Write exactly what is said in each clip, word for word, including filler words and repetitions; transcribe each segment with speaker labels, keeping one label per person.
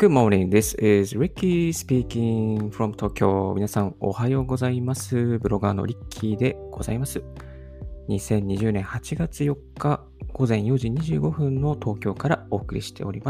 Speaker 1: Good morning. This is Ricky speaking from Tokyo. 皆さんおはようございます。ブロガーのリッキーでございます。にせんにじゅうねんはちがつよっかごぜんよじにじゅうごふんの東京からお送りしております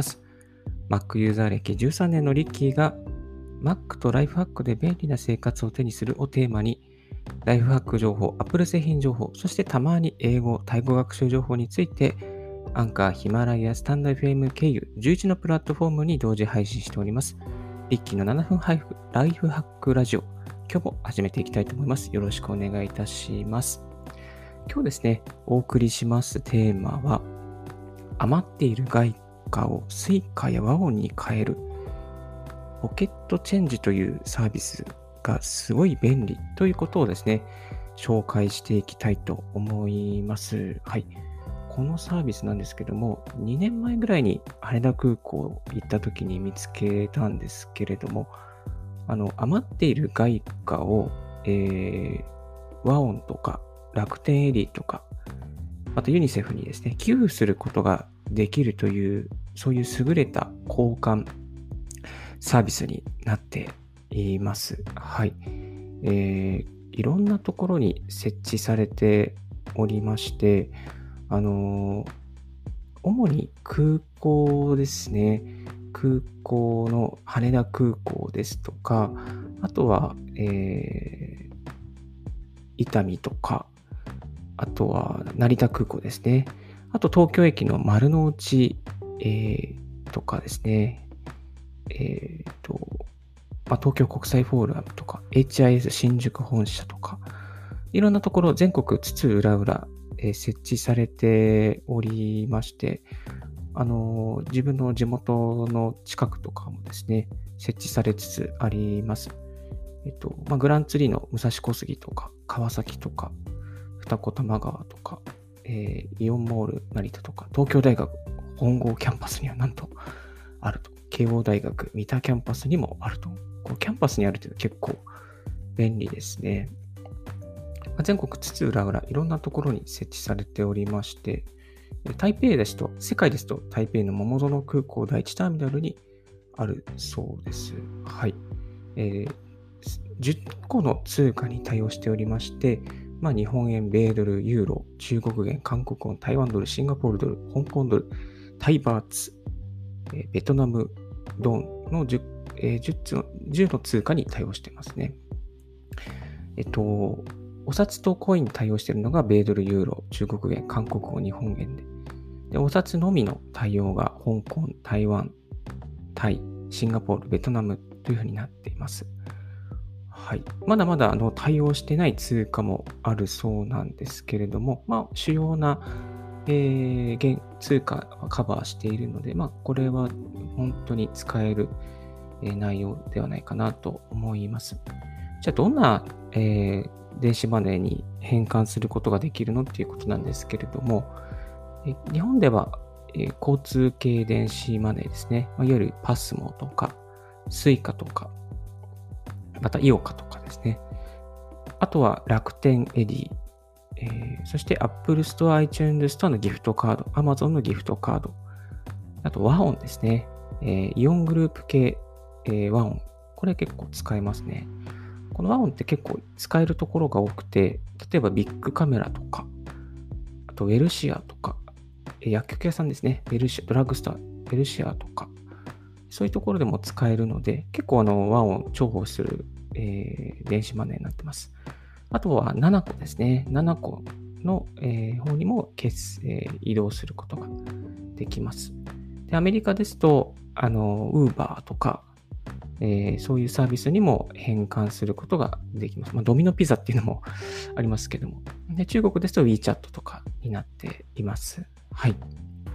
Speaker 1: 。Mac ユーザー歴じゅうさんねんのリッキーが Mac とライフハックで便利な生活を手にするをテーマにライフハック情報、Apple 製品情報、そしてたまに英語、タイ語学習情報についてアンカー、ヒマラヤ、スタンド エフエム 経由じゅういちのプラットフォームに同時配信しております。リッキーのななふん配布ライフハックラジオ。今日も始めていきたいと思います。よろしくお願いいたします。今日ですね、お送りしますテーマは、余っている外貨をスイカやワオンに変えるポケットチェンジというサービスがすごい便利ということをですね、紹介していきたいと思います。はい。このサービスなんですけども、にねんまえぐらいに羽田空港行った時に見つけたんですけれども、あの余っている外貨を、えー、ワオンとか楽天エリーとか、またユニセフにですね、寄付することができるという、そういう優れた交換サービスになっています。はい。えー、いろんなところに設置されておりまして、あの、主に空港ですね。空港の羽田空港ですとか、あとは、えー、伊丹とか、あとは成田空港ですね。あと東京駅の丸の内、えー、とかですね。えーと、まあ、東京国際フォーラムとか、エイチアイエス 新宿本社とか、いろんなところ全国津々浦々、えー、設置されておりまして、あのー、自分の地元の近くとかもですね、設置されつつあります。えっと、まあ、グランツリーの武蔵小杉とか、川崎とか、二子玉川とか、えー、イオンモール成田とか、東京大学本郷キャンパスにはなんとあると。慶応大学三田キャンパスにもあると。このキャンパスにあるというのは結構便利ですね。全国津々浦々いろんなところに設置されておりまして、台北ですと、世界ですと台北の桃園空港第一ターミナルにあるそうです。はい。えー、じゅっこの通貨に対応しておりまして、まあ、日本円、米ドル、ユーロ、中国元、韓国ウォン、台湾ドル、シンガポールドル、香港ドル、タイバーツ、えー、ベトナムドンの 10, えー、10, つのじゅうの通貨に対応していますね。えっと、お札とコインに対応しているのが米ドル、ユーロ、中国元、韓国語、日本元で。で、お札のみの対応が香港、台湾、タイ、シンガポール、ベトナムというふうになっています。はい。まだまだあの対応してない通貨もあるそうなんですけれども、まあ、主要な、えー、通貨はカバーしているので、まあ、これは本当に使える内容ではないかなと思います。じゃあ、どんな、えー電子マネーに変換することができるのっていうことなんですけれども、え日本では、えー、交通系電子マネーですね、まあ、いわゆるパスモとか、スイカとか、またイオカとかですね。あとは楽天エディ、えー、そして Apple Store、iTunes Store のギフトカード、Amazon のギフトカード、あとワオンですね、えー、イオングループ系、えー、ワオン、これ結構使えますね。このワオンって結構使えるところが多くて、例えばビッグカメラとか、あとウェルシアとか、薬局屋さんですね、ウェルシア、ドラッグストア、ウェルシアとか、そういうところでも使えるので、結構あのワオン重宝する、えー、電子マネーになってます。あとはナナコですね、ナナコの、えー、方にも、えー、移動することができます。で、アメリカですと、あの、ウーバーとか、えー、そういうサービスにも変換することができます。まあ、ドミノピザっていうのもありますけども。で、中国ですと WeChat とかになっています。はい。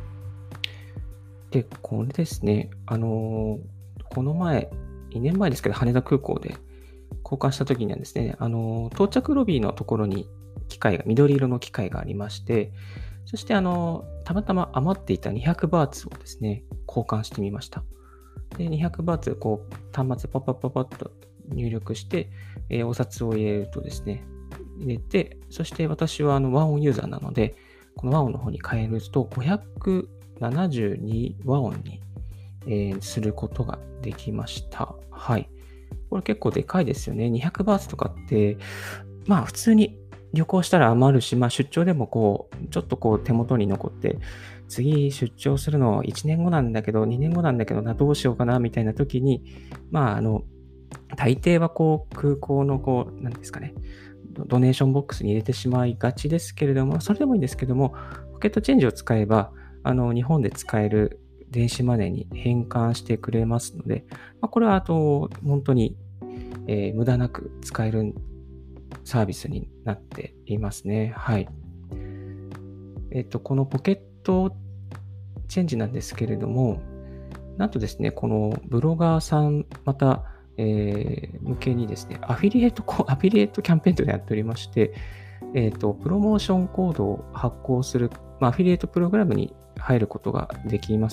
Speaker 1: で、これですね、あのー、この前、にねんまえですけど、羽田空港で交換した時にはですね、あのー、到着ロビーのところに機械が、緑色の機械がありまして、そしてあのー、たまたま余っていたにひゃくバーツをですね、交換してみました。で、にひゃくバーツ、こう、端末パッパッパッパッと入力して、えー、お札を入れるとですね、入れて、そして私はあのワオンユーザーなので、このワオンの方に変えると、ごひゃくななじゅうにワオンにえー、することができました。はい。これ結構でかいですよね。にひゃくバーツとかって、まあ普通に旅行したら余るし、まあ出張でもこう、ちょっとこう手元に残って、次出張するのいちねんごなんだけど、にねんごなんだけどな、どうしようかな、みたいな時に、まああの、大抵はこう空港のこう、なんですかね、ドネーションボックスに入れてしまいがちですけれども、それでもいいんですけども、ポケットチェンジを使えば、あの、日本で使える電子マネーに変換してくれますので、まあ、これはあと、本当に、えー、無駄なく使えるサービスになっていますね。はい。えっと、このポケットチェンジなんですけれども、なんとですね、このブロガーさん、また、えー、向けにですね、アフィリエイト、アフィリエイトキャンペーンというのをやっておりまして、えっと、プロモーションコードを発行する、まあ、アフィリエイトプログラムに入ることができます。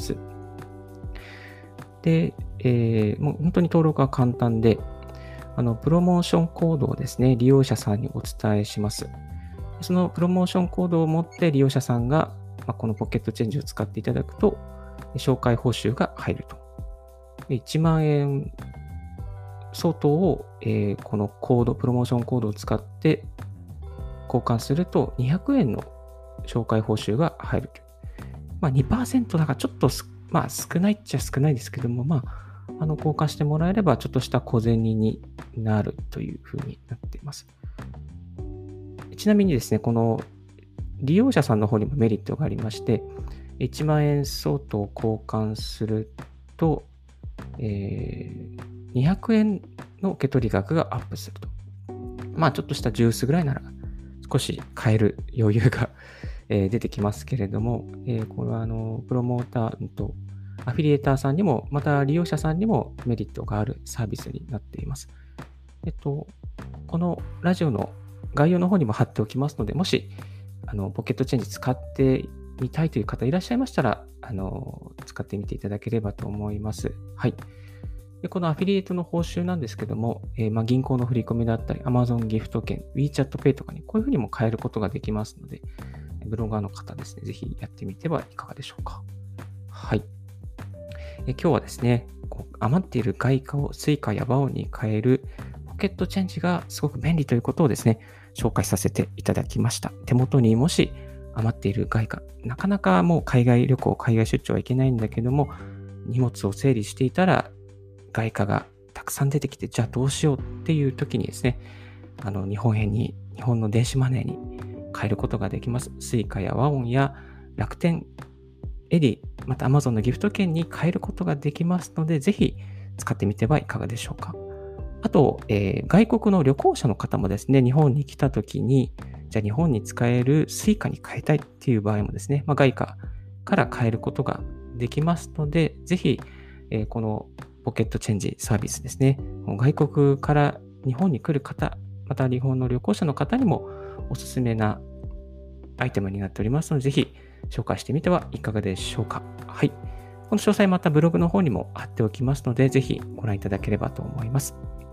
Speaker 1: で、えー、もう本当に登録は簡単で、あの、プロモーションコードをですね、利用者さんにお伝えします。そのプロモーションコードを持って利用者さんが、まあ、このポケットチェンジを使っていただくと、紹介報酬が入ると。いちまんえん相当を、えー、このコード、プロモーションコードを使って交換するとにひゃくえんの紹介報酬が入るという。まあ、にパーセントだからちょっとまあ、少ないっちゃ少ないですけども、まあ、あの交換してもらえればちょっとした小銭になるというふうになっています。ちなみにですね、この利用者さんの方にもメリットがありまして、いちまんえん相当を交換すると、えー、にひゃくえんの受け取り額がアップすると。まあちょっとしたジュースぐらいなら少し買える余裕が出てきますけれども、これはあのプロモーターとアフィリエーターさんにも、また利用者さんにもメリットがあるサービスになっています。えっと、このラジオの概要の方にも貼っておきますので、もしあのポケットチェンジ使ってみたいという方いらっしゃいましたら、あの使ってみていただければと思います。はい。でこのアフィリエイトの報酬なんですけども、えー、まあ銀行の振り込みだったり、Amazon ギフト券、WeChat Pay とかにこういうふうにも変えることができますので、ブロガーの方ですね、ぜひやってみてはいかがでしょうか。はい。え今日はですね、こう余っている外貨をスイカやワオに変えるポケットチェンジがすごく便利ということをですね、紹介させていただきました。手元にもし余っている外貨、なかなかもう海外旅行、海外出張はいけないんだけども、荷物を整理していたら外貨がたくさん出てきて、じゃあどうしようっていう時にですね、あの日本円に、日本の電子マネーに変えることができます。スイカやワオンや楽天、エディ、また Amazon のギフト券に変えることができますので、ぜひ使ってみてはいかがでしょうか。あと、えー、外国の旅行者の方もですね、日本に来た時に、じゃあ日本に使えるスイカに変えたいっていう場合もですね、まあ、外貨から変えることができますので、ぜひ、えー、このポケットチェンジサービスですね、外国から日本に来る方、また日本の旅行者の方にもおすすめなアイテムになっておりますので、ぜひ紹介してみてはいかがでしょうか。はい。この詳細またブログの方にも貼っておきますので、ぜひご覧いただければと思います。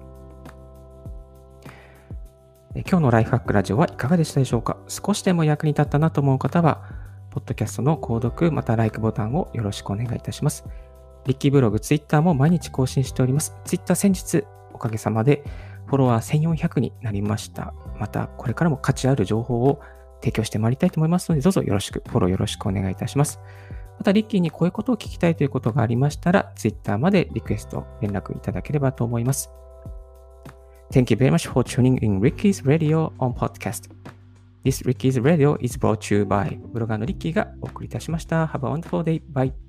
Speaker 1: 今日のライフハックラジオはいかがでしたでしょうか。少しでも役に立ったなと思う方は、ポッドキャストの購読またライクボタンをよろしくお願いいたします。リッキーブログ、ツイッターも毎日更新しております。ツイッター先日おかげさまでフォロワーせんよんひゃくになりました。またこれからも価値ある情報を提供してまいりたいと思いますので、どうぞよろしく、フォローよろしくお願いいたします。また、リッキーにこういうことを聞きたいということがありましたら、ツイッターまでリクエスト、連絡いただければと思います。Thank you very much for tuning in Ricky's Radio on Podcast. This Ricky's Radio is brought to you by ブロガーのリッキーがお送りいたしました。Have a wonderful day. Bye.